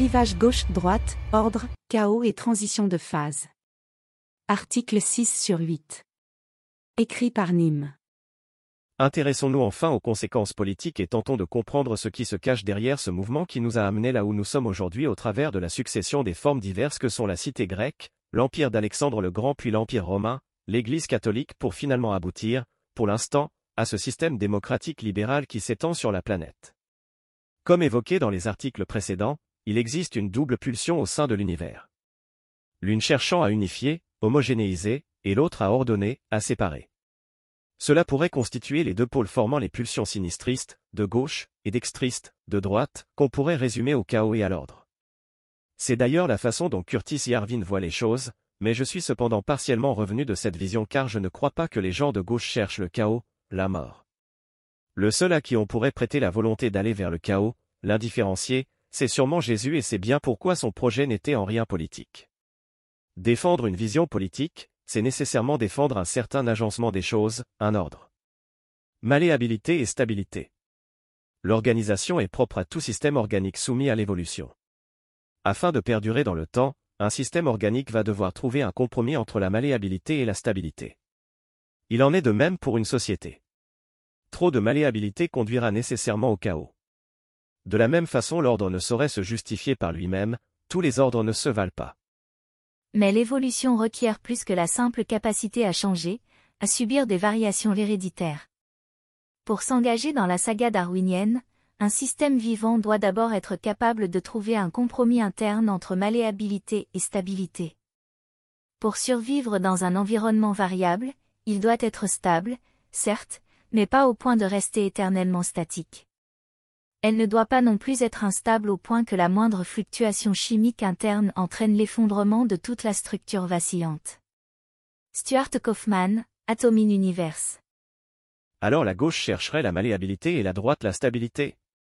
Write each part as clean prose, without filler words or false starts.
Clivage gauche-droite, ordre, chaos et transition de phase. Article 6/8. Écrit par Nîmes. Intéressons-nous enfin aux conséquences politiques et tentons de comprendre ce qui se cache derrière ce mouvement qui nous a amenés là où nous sommes aujourd'hui au travers de la succession des formes diverses que sont la cité grecque, l'empire d'Alexandre le Grand puis l'empire romain, l'Église catholique pour finalement aboutir, pour l'instant, à ce système démocratique libéral qui s'étend sur la planète. Comme évoqué dans les articles précédents, il existe une double pulsion au sein de l'univers. L'une cherchant à unifier, homogénéiser, et l'autre à ordonner, à séparer. Cela pourrait constituer les deux pôles formant les pulsions sinistristes, de gauche, et d'extristes, de droite, qu'on pourrait résumer au chaos et à l'ordre. C'est d'ailleurs la façon dont Curtis Yarvin voit les choses, mais je suis cependant partiellement revenu de cette vision car je ne crois pas que les gens de gauche cherchent le chaos, la mort. Le seul à qui on pourrait prêter la volonté d'aller vers le chaos, l'indifférencier, c'est sûrement Jésus et c'est bien pourquoi son projet n'était en rien politique. Défendre une vision politique, c'est nécessairement défendre un certain agencement des choses, un ordre. Malléabilité et stabilité. L'organisation est propre à tout système organique soumis à l'évolution. Afin de perdurer dans le temps, un système organique va devoir trouver un compromis entre la malléabilité et la stabilité. Il en est de même pour une société. Trop de malléabilité conduira nécessairement au chaos. De la même façon, l'ordre ne saurait se justifier par lui-même, tous les ordres ne se valent pas. Mais l'évolution requiert plus que la simple capacité à changer, à subir des variations héréditaires. Pour s'engager dans la saga darwinienne, un système vivant doit d'abord être capable de trouver un compromis interne entre malléabilité et stabilité. Pour survivre dans un environnement variable, il doit être stable, certes, mais pas au point de rester éternellement statique. Elle ne doit pas non plus être instable au point que la moindre fluctuation chimique interne entraîne l'effondrement de toute la structure vacillante. Stuart Kauffman, Atom in Universe. Alors la gauche chercherait la malléabilité et la droite la stabilité.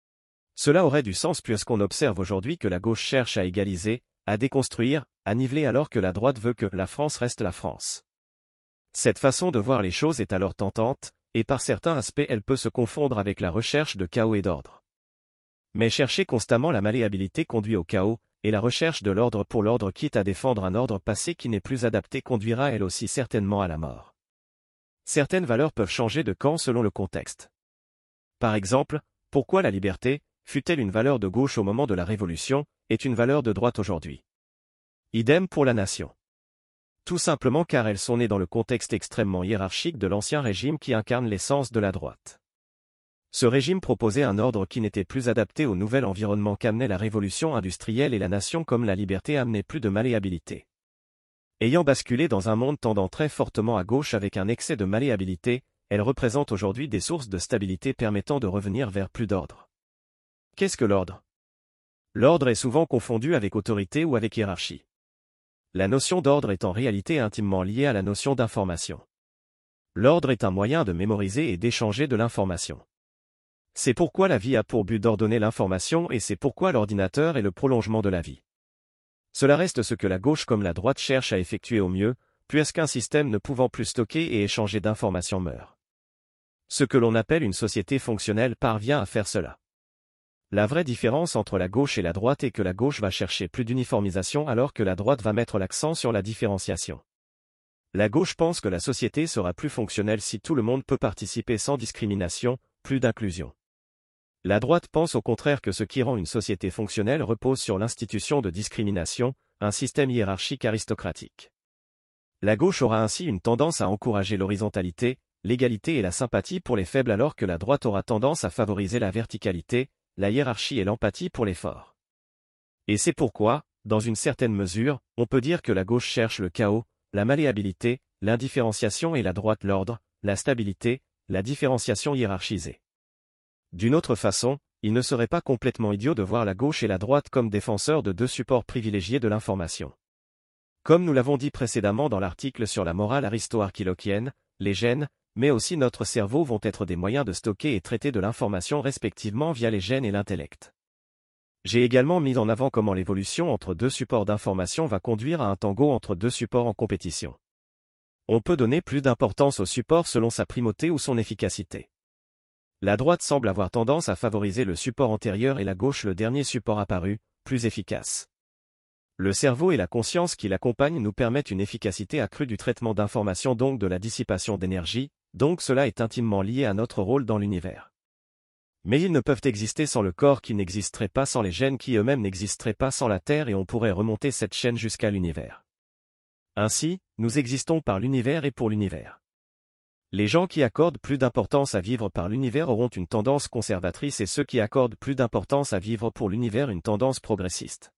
Cela aurait du sens puisqu'on observe aujourd'hui que la gauche cherche à égaliser, à déconstruire, à niveler alors que la droite veut que la France reste la France. Cette façon de voir les choses est alors tentante, et par certains aspects elle peut se confondre avec la recherche de chaos et d'ordre. Mais chercher constamment la malléabilité conduit au chaos, et la recherche de l'ordre pour l'ordre quitte à défendre un ordre passé qui n'est plus adapté conduira elle aussi certainement à la mort. Certaines valeurs peuvent changer de camp selon le contexte. Par exemple, pourquoi la liberté, fut-elle une valeur de gauche au moment de la Révolution, est une valeur de droite aujourd'hui? Idem pour la nation. Tout simplement car elles sont nées dans le contexte extrêmement hiérarchique de l'ancien régime qui incarne l'essence de la droite. Ce régime proposait un ordre qui n'était plus adapté au nouvel environnement qu'amenait la révolution industrielle et la nation comme la liberté amenait plus de malléabilité. Ayant basculé dans un monde tendant très fortement à gauche avec un excès de malléabilité, elle représente aujourd'hui des sources de stabilité permettant de revenir vers plus d'ordre. Qu'est-ce que l'ordre? L'ordre est souvent confondu avec autorité ou avec hiérarchie. La notion d'ordre est en réalité intimement liée à la notion d'information. L'ordre est un moyen de mémoriser et d'échanger de l'information. C'est pourquoi la vie a pour but d'ordonner l'information et c'est pourquoi l'ordinateur est le prolongement de la vie. Cela reste ce que la gauche comme la droite cherche à effectuer au mieux, puisqu'un système ne pouvant plus stocker et échanger d'informations meurt. Ce que l'on appelle une société fonctionnelle parvient à faire cela. La vraie différence entre la gauche et la droite est que la gauche va chercher plus d'uniformisation alors que la droite va mettre l'accent sur la différenciation. La gauche pense que la société sera plus fonctionnelle si tout le monde peut participer sans discrimination, plus d'inclusion. La droite pense au contraire que ce qui rend une société fonctionnelle repose sur l'institution de discrimination, un système hiérarchique aristocratique. La gauche aura ainsi une tendance à encourager l'horizontalité, l'égalité et la sympathie pour les faibles alors que la droite aura tendance à favoriser la verticalité, la hiérarchie et l'empathie pour les forts. Et c'est pourquoi, dans une certaine mesure, on peut dire que la gauche cherche le chaos, la malléabilité, l'indifférenciation et la droite l'ordre, la stabilité, la différenciation hiérarchisée. D'une autre façon, il ne serait pas complètement idiot de voir la gauche et la droite comme défenseurs de deux supports privilégiés de l'information. Comme nous l'avons dit précédemment dans l'article sur la morale aristo-archilochienne, les gènes, mais aussi notre cerveau vont être des moyens de stocker et traiter de l'information respectivement via les gènes et l'intellect. J'ai également mis en avant comment l'évolution entre deux supports d'information va conduire à un tango entre deux supports en compétition. On peut donner plus d'importance au support selon sa primauté ou son efficacité. La droite semble avoir tendance à favoriser le support antérieur et la gauche le dernier support apparu, plus efficace. Le cerveau et la conscience qui l'accompagnent nous permettent une efficacité accrue du traitement d'informations, donc de la dissipation d'énergie, donc cela est intimement lié à notre rôle dans l'univers. Mais ils ne peuvent exister sans le corps qui n'existerait pas sans les gènes qui eux-mêmes n'existeraient pas sans la Terre et on pourrait remonter cette chaîne jusqu'à l'univers. Ainsi, nous existons par l'univers et pour l'univers. Les gens qui accordent plus d'importance à vivre par l'univers auront une tendance conservatrice et ceux qui accordent plus d'importance à vivre pour l'univers une tendance progressiste.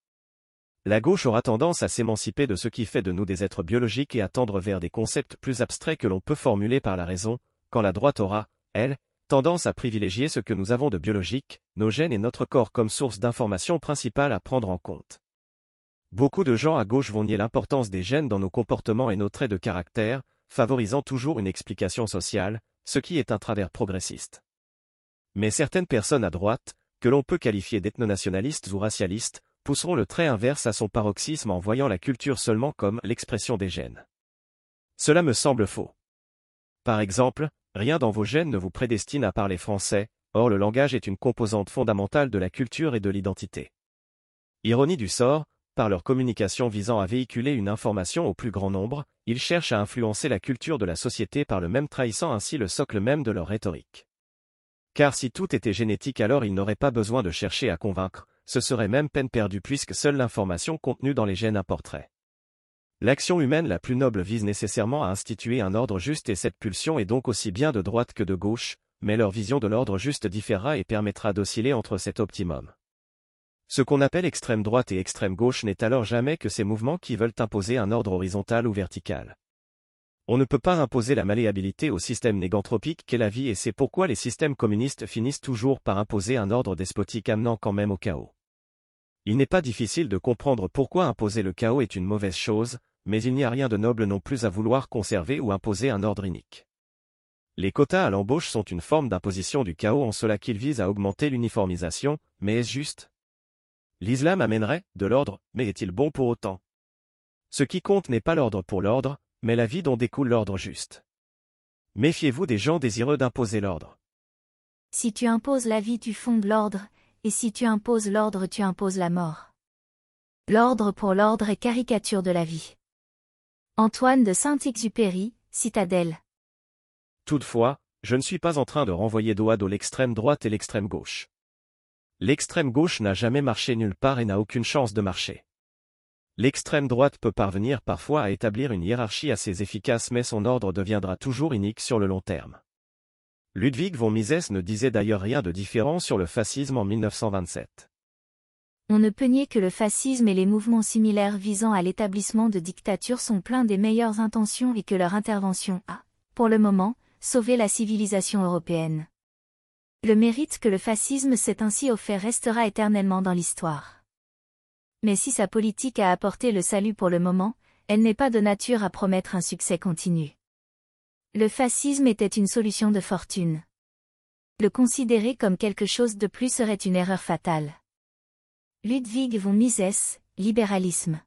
La gauche aura tendance à s'émanciper de ce qui fait de nous des êtres biologiques et à tendre vers des concepts plus abstraits que l'on peut formuler par la raison, quand la droite aura, elle, tendance à privilégier ce que nous avons de biologique, nos gènes et notre corps comme source d'information principale à prendre en compte. Beaucoup de gens à gauche vont nier l'importance des gènes dans nos comportements et nos traits de caractère, favorisant toujours une explication sociale, ce qui est un travers progressiste. Mais certaines personnes à droite, que l'on peut qualifier d'ethnonationalistes ou racialistes, pousseront le trait inverse à son paroxysme en voyant la culture seulement comme l'expression des gènes. Cela me semble faux. Par exemple, rien dans vos gènes ne vous prédestine à parler français, or le langage est une composante fondamentale de la culture et de l'identité. Ironie du sort, par leur communication visant à véhiculer une information au plus grand nombre, ils cherchent à influencer la culture de la société par le même trahissant ainsi le socle même de leur rhétorique. Car si tout était génétique alors ils n'auraient pas besoin de chercher à convaincre, ce serait même peine perdue puisque seule l'information contenue dans les gènes importerait. L'action humaine la plus noble vise nécessairement à instituer un ordre juste et cette pulsion est donc aussi bien de droite que de gauche, mais leur vision de l'ordre juste différera et permettra d'osciller entre cet optimum. Ce qu'on appelle extrême droite et extrême gauche n'est alors jamais que ces mouvements qui veulent imposer un ordre horizontal ou vertical. On ne peut pas imposer la malléabilité au système néganthropique qu'est la vie et c'est pourquoi les systèmes communistes finissent toujours par imposer un ordre despotique amenant quand même au chaos. Il n'est pas difficile de comprendre pourquoi imposer le chaos est une mauvaise chose, mais il n'y a rien de noble non plus à vouloir conserver ou imposer un ordre inique. Les quotas à l'embauche sont une forme d'imposition du chaos en cela qu'ils visent à augmenter l'uniformisation, mais est-ce juste ? L'islam amènerait de l'ordre, mais est-il bon pour autant ? Ce qui compte n'est pas l'ordre pour l'ordre, mais la vie dont découle l'ordre juste. Méfiez-vous des gens désireux d'imposer l'ordre. Si tu imposes la vie tu fondes l'ordre, et si tu imposes l'ordre tu imposes la mort. L'ordre pour l'ordre est caricature de la vie. Antoine de Saint-Exupéry, Citadelle. Toutefois, je ne suis pas en train de renvoyer dos à dos l'extrême droite et l'extrême gauche. L'extrême gauche n'a jamais marché nulle part et n'a aucune chance de marcher. L'extrême droite peut parvenir parfois à établir une hiérarchie assez efficace mais son ordre deviendra toujours inique sur le long terme. Ludwig von Mises ne disait d'ailleurs rien de différent sur le fascisme en 1927. On ne peut nier que le fascisme et les mouvements similaires visant à l'établissement de dictatures sont pleins des meilleures intentions et que leur intervention a, pour le moment, sauvé la civilisation européenne. Le mérite que le fascisme s'est ainsi offert restera éternellement dans l'histoire. Mais si sa politique a apporté le salut pour le moment, elle n'est pas de nature à promettre un succès continu. Le fascisme était une solution de fortune. Le considérer comme quelque chose de plus serait une erreur fatale. Ludwig von Mises, libéralisme.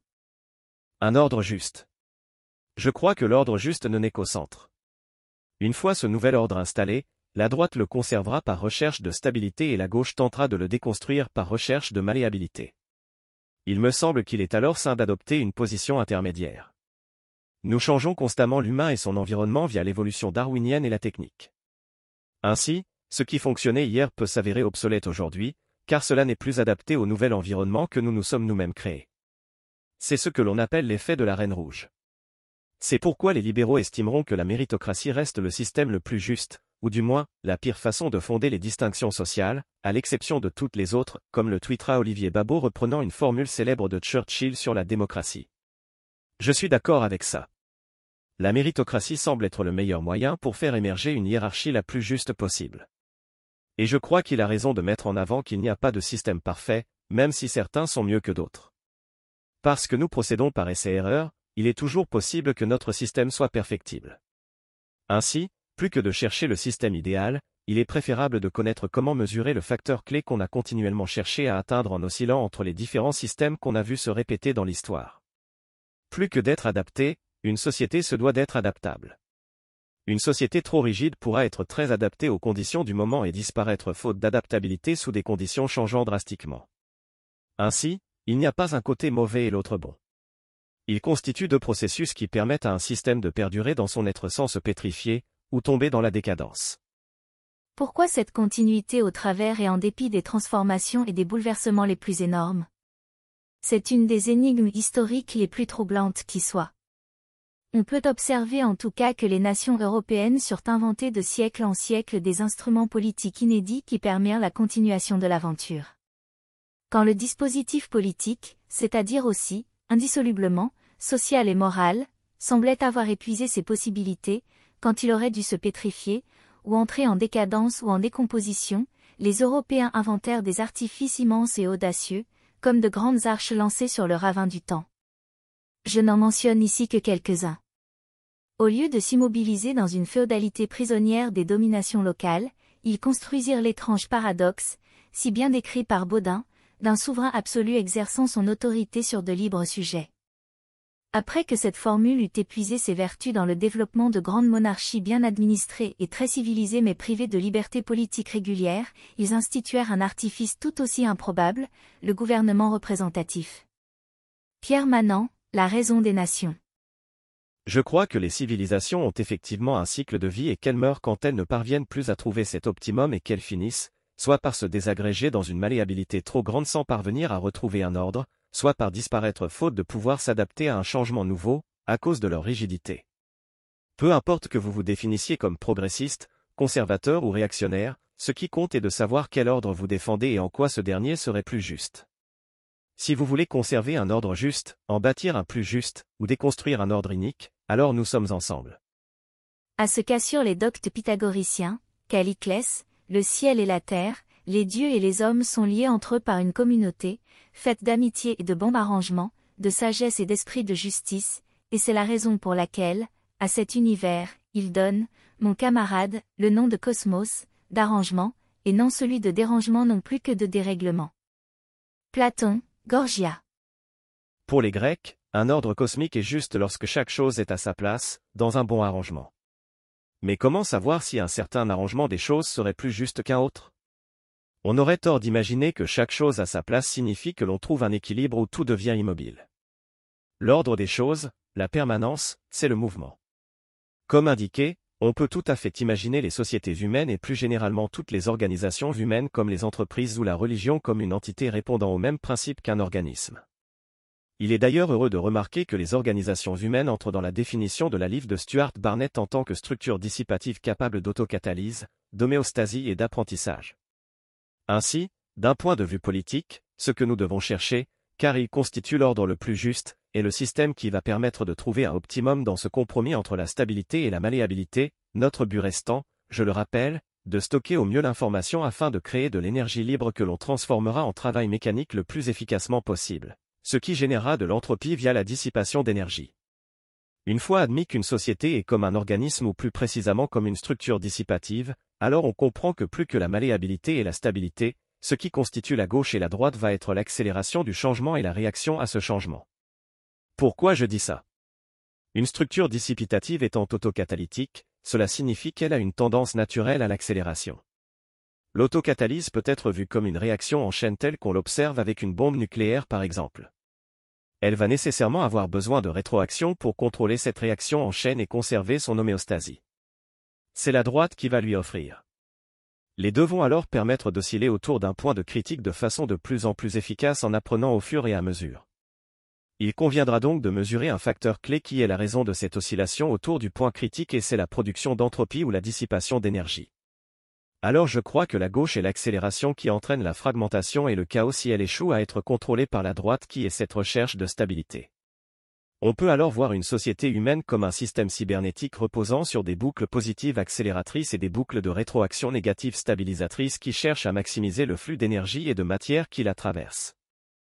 Un ordre juste. Je crois que l'ordre juste ne n'est qu'au centre. Une fois ce nouvel ordre installé, la droite le conservera par recherche de stabilité et la gauche tentera de le déconstruire par recherche de malléabilité. Il me semble qu'il est alors sain d'adopter une position intermédiaire. Nous changeons constamment l'humain et son environnement via l'évolution darwinienne et la technique. Ainsi, ce qui fonctionnait hier peut s'avérer obsolète aujourd'hui, car cela n'est plus adapté au nouvel environnement que nous nous sommes nous-mêmes créés. C'est ce que l'on appelle l'effet de la Reine Rouge. C'est pourquoi les libéraux estimeront que la méritocratie reste le système le plus juste, ou du moins, la pire façon de fonder les distinctions sociales, à l'exception de toutes les autres, comme le tweetera Olivier Babot reprenant une formule célèbre de Churchill sur la démocratie. Je suis d'accord avec ça. La méritocratie semble être le meilleur moyen pour faire émerger une hiérarchie la plus juste possible. Et je crois qu'il a raison de mettre en avant qu'il n'y a pas de système parfait, même si certains sont mieux que d'autres. Parce que nous procédons par essai-erreur, il est toujours possible que notre système soit perfectible. Ainsi, plus que de chercher le système idéal, il est préférable de connaître comment mesurer le facteur clé qu'on a continuellement cherché à atteindre en oscillant entre les différents systèmes qu'on a vus se répéter dans l'histoire. Plus que d'être adapté, une société se doit d'être adaptable. Une société trop rigide pourra être très adaptée aux conditions du moment et disparaître faute d'adaptabilité sous des conditions changeant drastiquement. Ainsi, Il n'y a pas un côté mauvais et l'autre bon. Ils constituent deux processus qui permettent à un système de perdurer dans son être sans se pétrifier, ou tomber dans la décadence. Pourquoi cette continuité au travers et en dépit des transformations et des bouleversements les plus énormes? C'est une des énigmes historiques les plus troublantes qui soient. On peut observer en tout cas que les nations européennes surent inventer de siècle en siècle des instruments politiques inédits qui permirent la continuation de l'aventure. Quand le dispositif politique, c'est-à-dire aussi, indissolublement, social et moral, semblait avoir épuisé ses possibilités, quand il aurait dû se pétrifier, ou entrer en décadence ou en décomposition, les Européens inventèrent des artifices immenses et audacieux, comme de grandes arches lancées sur le ravin du temps. Je n'en mentionne ici que quelques-uns. Au lieu de s'immobiliser dans une féodalité prisonnière des dominations locales, ils construisirent l'étrange paradoxe, si bien décrit par Baudin, d'un souverain absolu exerçant son autorité sur de libres sujets. Après que cette formule eut épuisé ses vertus dans le développement de grandes monarchies bien administrées et très civilisées mais privées de liberté politique régulière, ils instituèrent un artifice tout aussi improbable, le gouvernement représentatif. Pierre Manant, La raison des nations. Je crois que les civilisations ont effectivement un cycle de vie et qu'elles meurent quand elles ne parviennent plus à trouver cet optimum et qu'elles finissent, soit par se désagréger dans une malléabilité trop grande sans parvenir à retrouver un ordre, soit par disparaître faute de pouvoir s'adapter à un changement nouveau, à cause de leur rigidité. Peu importe que vous vous définissiez comme progressiste, conservateur ou réactionnaire, ce qui compte est de savoir quel ordre vous défendez et en quoi ce dernier serait plus juste. Si vous voulez conserver un ordre juste, en bâtir un plus juste, ou déconstruire un ordre inique, alors nous sommes ensemble. À ce qu'assurent les doctes pythagoriciens, Caliclès, le ciel et la terre, les dieux et les hommes sont liés entre eux par une communauté, faite d'amitié et de bons arrangements, de sagesse et d'esprit de justice, et c'est la raison pour laquelle, à cet univers, il donne, mon camarade, le nom de cosmos, d'arrangement, et non celui de dérangement non plus que de dérèglement. Platon, Gorgia. Pour les Grecs, un ordre cosmique est juste lorsque chaque chose est à sa place, dans un bon arrangement. Mais comment savoir si un certain arrangement des choses serait plus juste qu'un autre? On aurait tort d'imaginer que chaque chose à sa place signifie que l'on trouve un équilibre où tout devient immobile. L'ordre des choses, la permanence, c'est le mouvement. Comme indiqué, on peut tout à fait imaginer les sociétés humaines et plus généralement toutes les organisations humaines comme les entreprises ou la religion comme une entité répondant au même principe qu'un organisme. Il est d'ailleurs heureux de remarquer que les organisations humaines entrent dans la définition de la livre de Stuart Barnett en tant que structure dissipative capable d'autocatalyse, d'homéostasie et d'apprentissage. Ainsi, d'un point de vue politique, ce que nous devons chercher, car il constitue l'ordre le plus juste, est le système qui va permettre de trouver un optimum dans ce compromis entre la stabilité et la malléabilité, notre but restant, je le rappelle, de stocker au mieux l'information afin de créer de l'énergie libre que l'on transformera en travail mécanique le plus efficacement possible, ce qui générera de l'entropie via la dissipation d'énergie. Une fois admis qu'une société est comme un organisme ou plus précisément comme une structure dissipative, alors on comprend que plus que la malléabilité et la stabilité, ce qui constitue la gauche et la droite va être l'accélération du changement et la réaction à ce changement. Pourquoi je dis ça? Une structure dissipative étant autocatalytique, cela signifie qu'elle a une tendance naturelle à l'accélération. L'autocatalyse peut être vue comme une réaction en chaîne telle qu'on l'observe avec une bombe nucléaire par exemple. Elle va nécessairement avoir besoin de rétroaction pour contrôler cette réaction en chaîne et conserver son homéostasie. C'est la droite qui va lui offrir. Les deux vont alors permettre d'osciller autour d'un point de critique de façon de plus en plus efficace en apprenant au fur et à mesure. Il conviendra donc de mesurer un facteur clé qui est la raison de cette oscillation autour du point critique et c'est la production d'entropie ou la dissipation d'énergie. Alors je crois que la gauche est l'accélération qui entraîne la fragmentation et le chaos si elle échoue à être contrôlée par la droite qui est cette recherche de stabilité. On peut alors voir une société humaine comme un système cybernétique reposant sur des boucles positives accélératrices et des boucles de rétroaction négatives stabilisatrices qui cherchent à maximiser le flux d'énergie et de matière qui la traverse.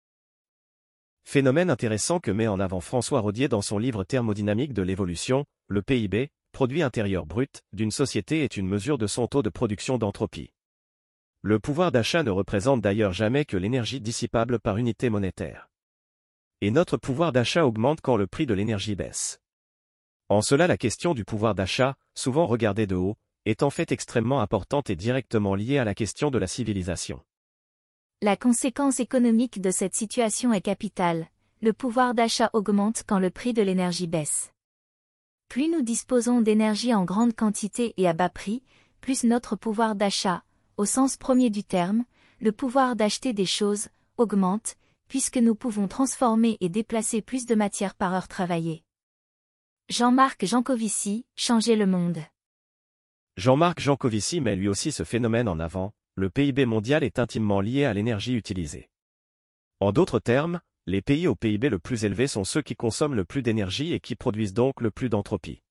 Phénomène intéressant que met en avant François Rodier dans son livre Thermodynamique de l'évolution, le PIB, produit intérieur brut, d'une société est une mesure de son taux de production d'entropie. Le pouvoir d'achat ne représente d'ailleurs jamais que l'énergie dissipable par unité monétaire. Et notre pouvoir d'achat augmente quand le prix de l'énergie baisse. En cela la question du pouvoir d'achat, souvent regardée de haut, est en fait extrêmement importante et directement liée à la question de la civilisation. La conséquence économique de cette situation est capitale. Le pouvoir d'achat augmente quand le prix de l'énergie baisse. Plus nous disposons d'énergie en grande quantité et à bas prix, plus notre pouvoir d'achat, au sens premier du terme, le pouvoir d'acheter des choses, augmente, puisque nous pouvons transformer et déplacer plus de matière par heure travaillée. Jean-Marc Jancovici, Changer le monde. Jean-Marc Jancovici met lui aussi ce phénomène en avant, le PIB mondial est intimement lié à l'énergie utilisée. En d'autres termes, les pays au PIB le plus élevé sont ceux qui consomment le plus d'énergie et qui produisent donc le plus d'entropie.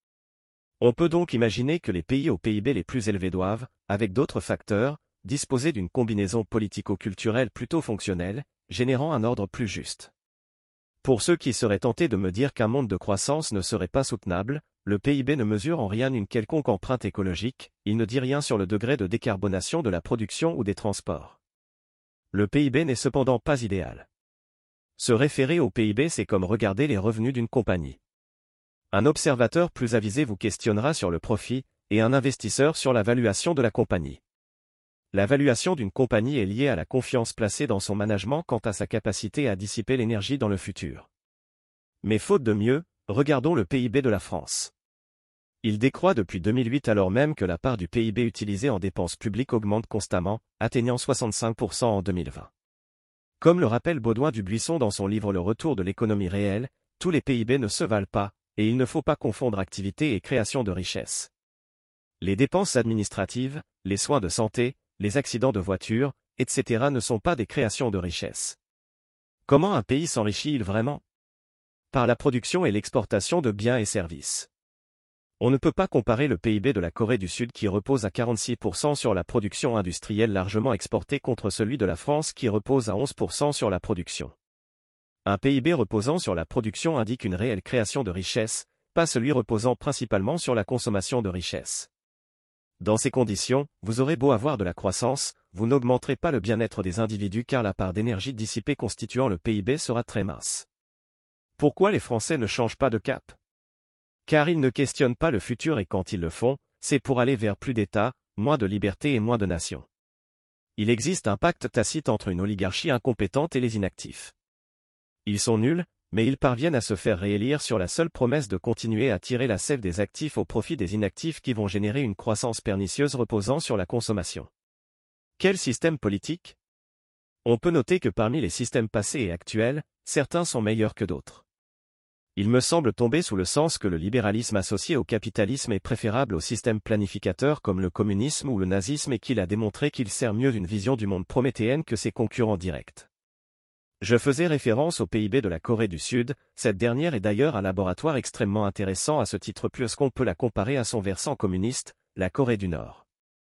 On peut donc imaginer que les pays au PIB les plus élevés doivent, avec d'autres facteurs, disposer d'une combinaison politico-culturelle plutôt fonctionnelle, générant un ordre plus juste. Pour ceux qui seraient tentés de me dire qu'un monde de croissance ne serait pas soutenable, le PIB ne mesure en rien une quelconque empreinte écologique, il ne dit rien sur le degré de décarbonation de la production ou des transports. Le PIB n'est cependant pas idéal. Se référer au PIB, c'est comme regarder les revenus d'une compagnie. Un observateur plus avisé vous questionnera sur le profit, et un investisseur sur la valuation de la compagnie. La valuation d'une compagnie est liée à la confiance placée dans son management quant à sa capacité à dissiper l'énergie dans le futur. Mais faute de mieux, regardons le PIB de la France. Il décroît depuis 2008 alors même que la part du PIB utilisée en dépenses publiques augmente constamment, atteignant 65% en 2020. Comme le rappelle Baudouin du Buisson dans son livre Le Retour de l'économie réelle, tous les PIB ne se valent pas, et il ne faut pas confondre activité et création de richesse. Les dépenses administratives, les soins de santé, les accidents de voiture, etc. ne sont pas des créations de richesse. Comment un pays s'enrichit-il vraiment? Par la production et l'exportation de biens et services. On ne peut pas comparer le PIB de la Corée du Sud qui repose à 46% sur la production industrielle largement exportée contre celui de la France qui repose à 11% sur la production. Un PIB reposant sur la production indique une réelle création de richesse, pas celui reposant principalement sur la consommation de richesse. Dans ces conditions, vous aurez beau avoir de la croissance, vous n'augmenterez pas le bien-être des individus car la part d'énergie dissipée constituant le PIB sera très mince. Pourquoi les Français ne changent pas de cap? Car ils ne questionnent pas le futur et quand ils le font, c'est pour aller vers plus d'État, moins de liberté et moins de nation. Il existe un pacte tacite entre une oligarchie incompétente et les inactifs. Ils sont nuls, mais ils parviennent à se faire réélire sur la seule promesse de continuer à tirer la sève des actifs au profit des inactifs qui vont générer une croissance pernicieuse reposant sur la consommation. Quel système politique? On peut noter que parmi les systèmes passés et actuels, certains sont meilleurs que d'autres. Il me semble tomber sous le sens que le libéralisme associé au capitalisme est préférable au système planificateur comme le communisme ou le nazisme et qu'il a démontré qu'il sert mieux d'une vision du monde prométhéenne que ses concurrents directs. Je faisais référence au PIB de la Corée du Sud, cette dernière est d'ailleurs un laboratoire extrêmement intéressant à ce titre puisqu'on peut la comparer à son versant communiste, la Corée du Nord.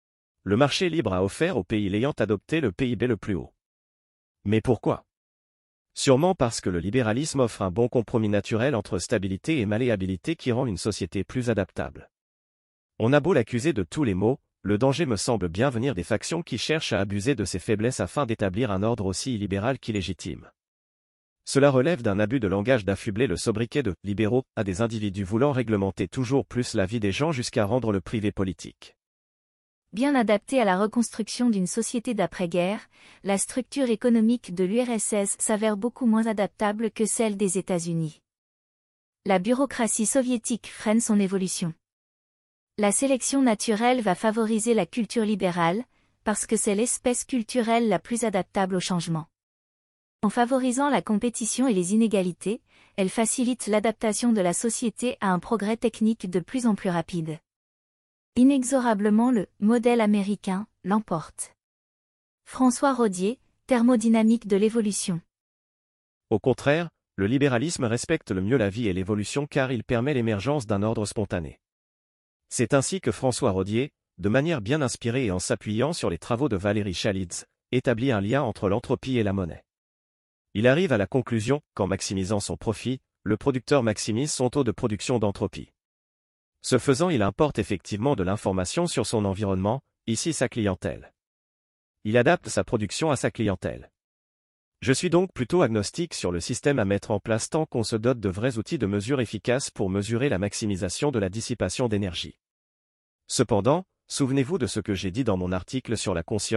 Le marché libre a offert aux pays l'ayant adopté le PIB le plus haut. Mais pourquoi? Sûrement parce que le libéralisme offre un bon compromis naturel entre stabilité et malléabilité qui rend une société plus adaptable. On a beau l'accuser de tous les maux, le danger me semble bien venir des factions qui cherchent à abuser de ses faiblesses afin d'établir un ordre aussi illibéral qu'illégitime. Cela relève d'un abus de langage d'affubler le sobriquet de « libéraux » à des individus voulant réglementer toujours plus la vie des gens jusqu'à rendre le privé politique. Bien adaptée à la reconstruction d'une société d'après-guerre, la structure économique de l'URSS s'avère beaucoup moins adaptable que celle des États-Unis. La bureaucratie soviétique freine son évolution. La sélection naturelle va favoriser la culture libérale, parce que c'est l'espèce culturelle la plus adaptable au changement. En favorisant la compétition et les inégalités, elle facilite l'adaptation de la société à un progrès technique de plus en plus rapide. Inexorablement le « modèle américain » l'emporte. François Rodier, Thermodynamique de l'évolution. Au contraire, le libéralisme respecte le mieux la vie et l'évolution car il permet l'émergence d'un ordre spontané. C'est ainsi que François Rodier, de manière bien inspirée et en s'appuyant sur les travaux de Valéry Chalidze, établit un lien entre l'entropie et la monnaie. Il arrive à la conclusion qu'en maximisant son profit, le producteur maximise son taux de production d'entropie. Ce faisant, il importe effectivement de l'information sur son environnement, ici sa clientèle. Il adapte sa production à sa clientèle. Je suis donc plutôt agnostique sur le système à mettre en place tant qu'on se dote de vrais outils de mesure efficaces pour mesurer la maximisation de la dissipation d'énergie. Cependant, souvenez-vous de ce que j'ai dit dans mon article sur la conscience,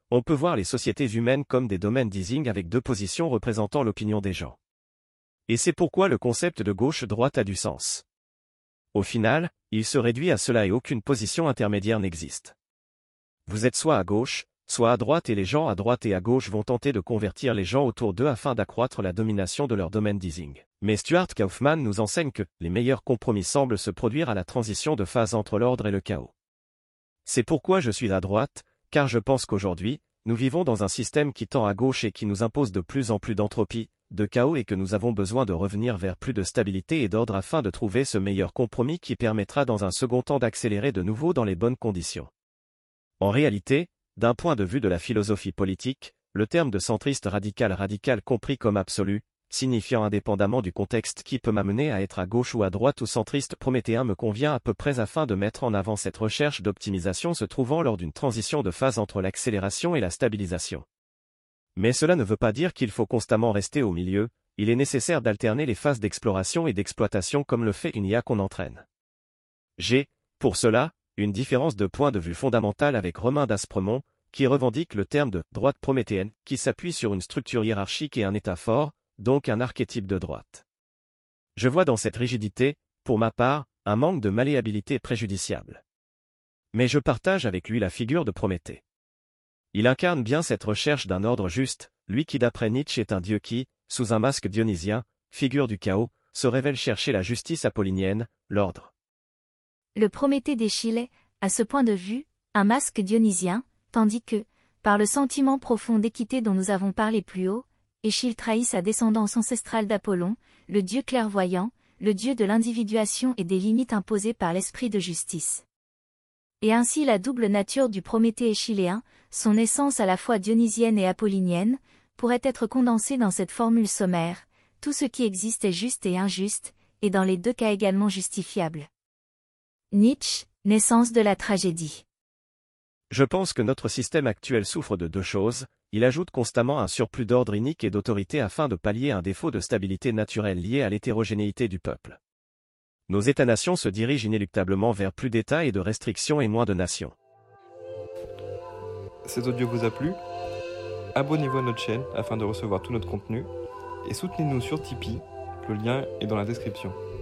On peut voir les sociétés humaines comme des domaines d'easing avec deux positions représentant l'opinion des gens. Et c'est pourquoi le concept de gauche-droite a du sens. Au final, il se réduit à cela et aucune position intermédiaire n'existe. Vous êtes soit à gauche, soit à droite et les gens à droite et à gauche vont tenter de convertir les gens autour d'eux afin d'accroître la domination de leur domaine d'easing. Mais Stuart Kauffman nous enseigne que les meilleurs compromis semblent se produire à la transition de phase entre l'ordre et le chaos. C'est pourquoi je suis à droite, car je pense qu'aujourd'hui, nous vivons dans un système qui tend à gauche et qui nous impose de plus en plus d'entropie, de chaos et que nous avons besoin de revenir vers plus de stabilité et d'ordre afin de trouver ce meilleur compromis qui permettra dans un second temps d'accélérer de nouveau dans les bonnes conditions. En réalité, d'un point de vue de la philosophie politique, le terme de centriste radical compris comme absolu, signifiant indépendamment du contexte qui peut m'amener à être à gauche ou à droite ou centriste prométhéen me convient à peu près afin de mettre en avant cette recherche d'optimisation se trouvant lors d'une transition de phase entre l'accélération et la stabilisation. Mais cela ne veut pas dire qu'il faut constamment rester au milieu, il est nécessaire d'alterner les phases d'exploration et d'exploitation comme le fait une IA qu'on entraîne. J'ai, pour cela, une différence de point de vue fondamentale avec Romain d'Aspremont, qui revendique le terme de droite prométhéenne, qui s'appuie sur une structure hiérarchique et un état fort, donc un archétype de droite. Je vois dans cette rigidité, pour ma part, un manque de malléabilité préjudiciable. Mais je partage avec lui la figure de Prométhée. Il incarne bien cette recherche d'un ordre juste, lui qui d'après Nietzsche est un dieu qui, sous un masque dionysien, figure du chaos, se révèle chercher la justice apollinienne, l'ordre. Le Prométhée d'Échille, à ce point de vue, un masque dionysien, tandis que, par le sentiment profond d'équité dont nous avons parlé plus haut, Échille trahit sa descendance ancestrale d'Apollon, le dieu clairvoyant, le dieu de l'individuation et des limites imposées par l'esprit de justice. Et ainsi la double nature du Prométhée échilléen, son essence à la fois dionysienne et apollinienne, pourrait être condensée dans cette formule sommaire, tout ce qui existe est juste et injuste, et dans les deux cas également justifiable. Nietzsche, naissance de la tragédie. Je pense que notre système actuel souffre de deux choses, il ajoute constamment un surplus d'ordre inique et d'autorité afin de pallier un défaut de stabilité naturelle lié à l'hétérogénéité du peuple. Nos États-nations se dirigent inéluctablement vers plus d'États et de restrictions et moins de nations. Cet audio vous a plu ? Abonnez-vous à notre chaîne afin de recevoir tout notre contenu et soutenez-nous sur Tipeee, le lien est dans la description.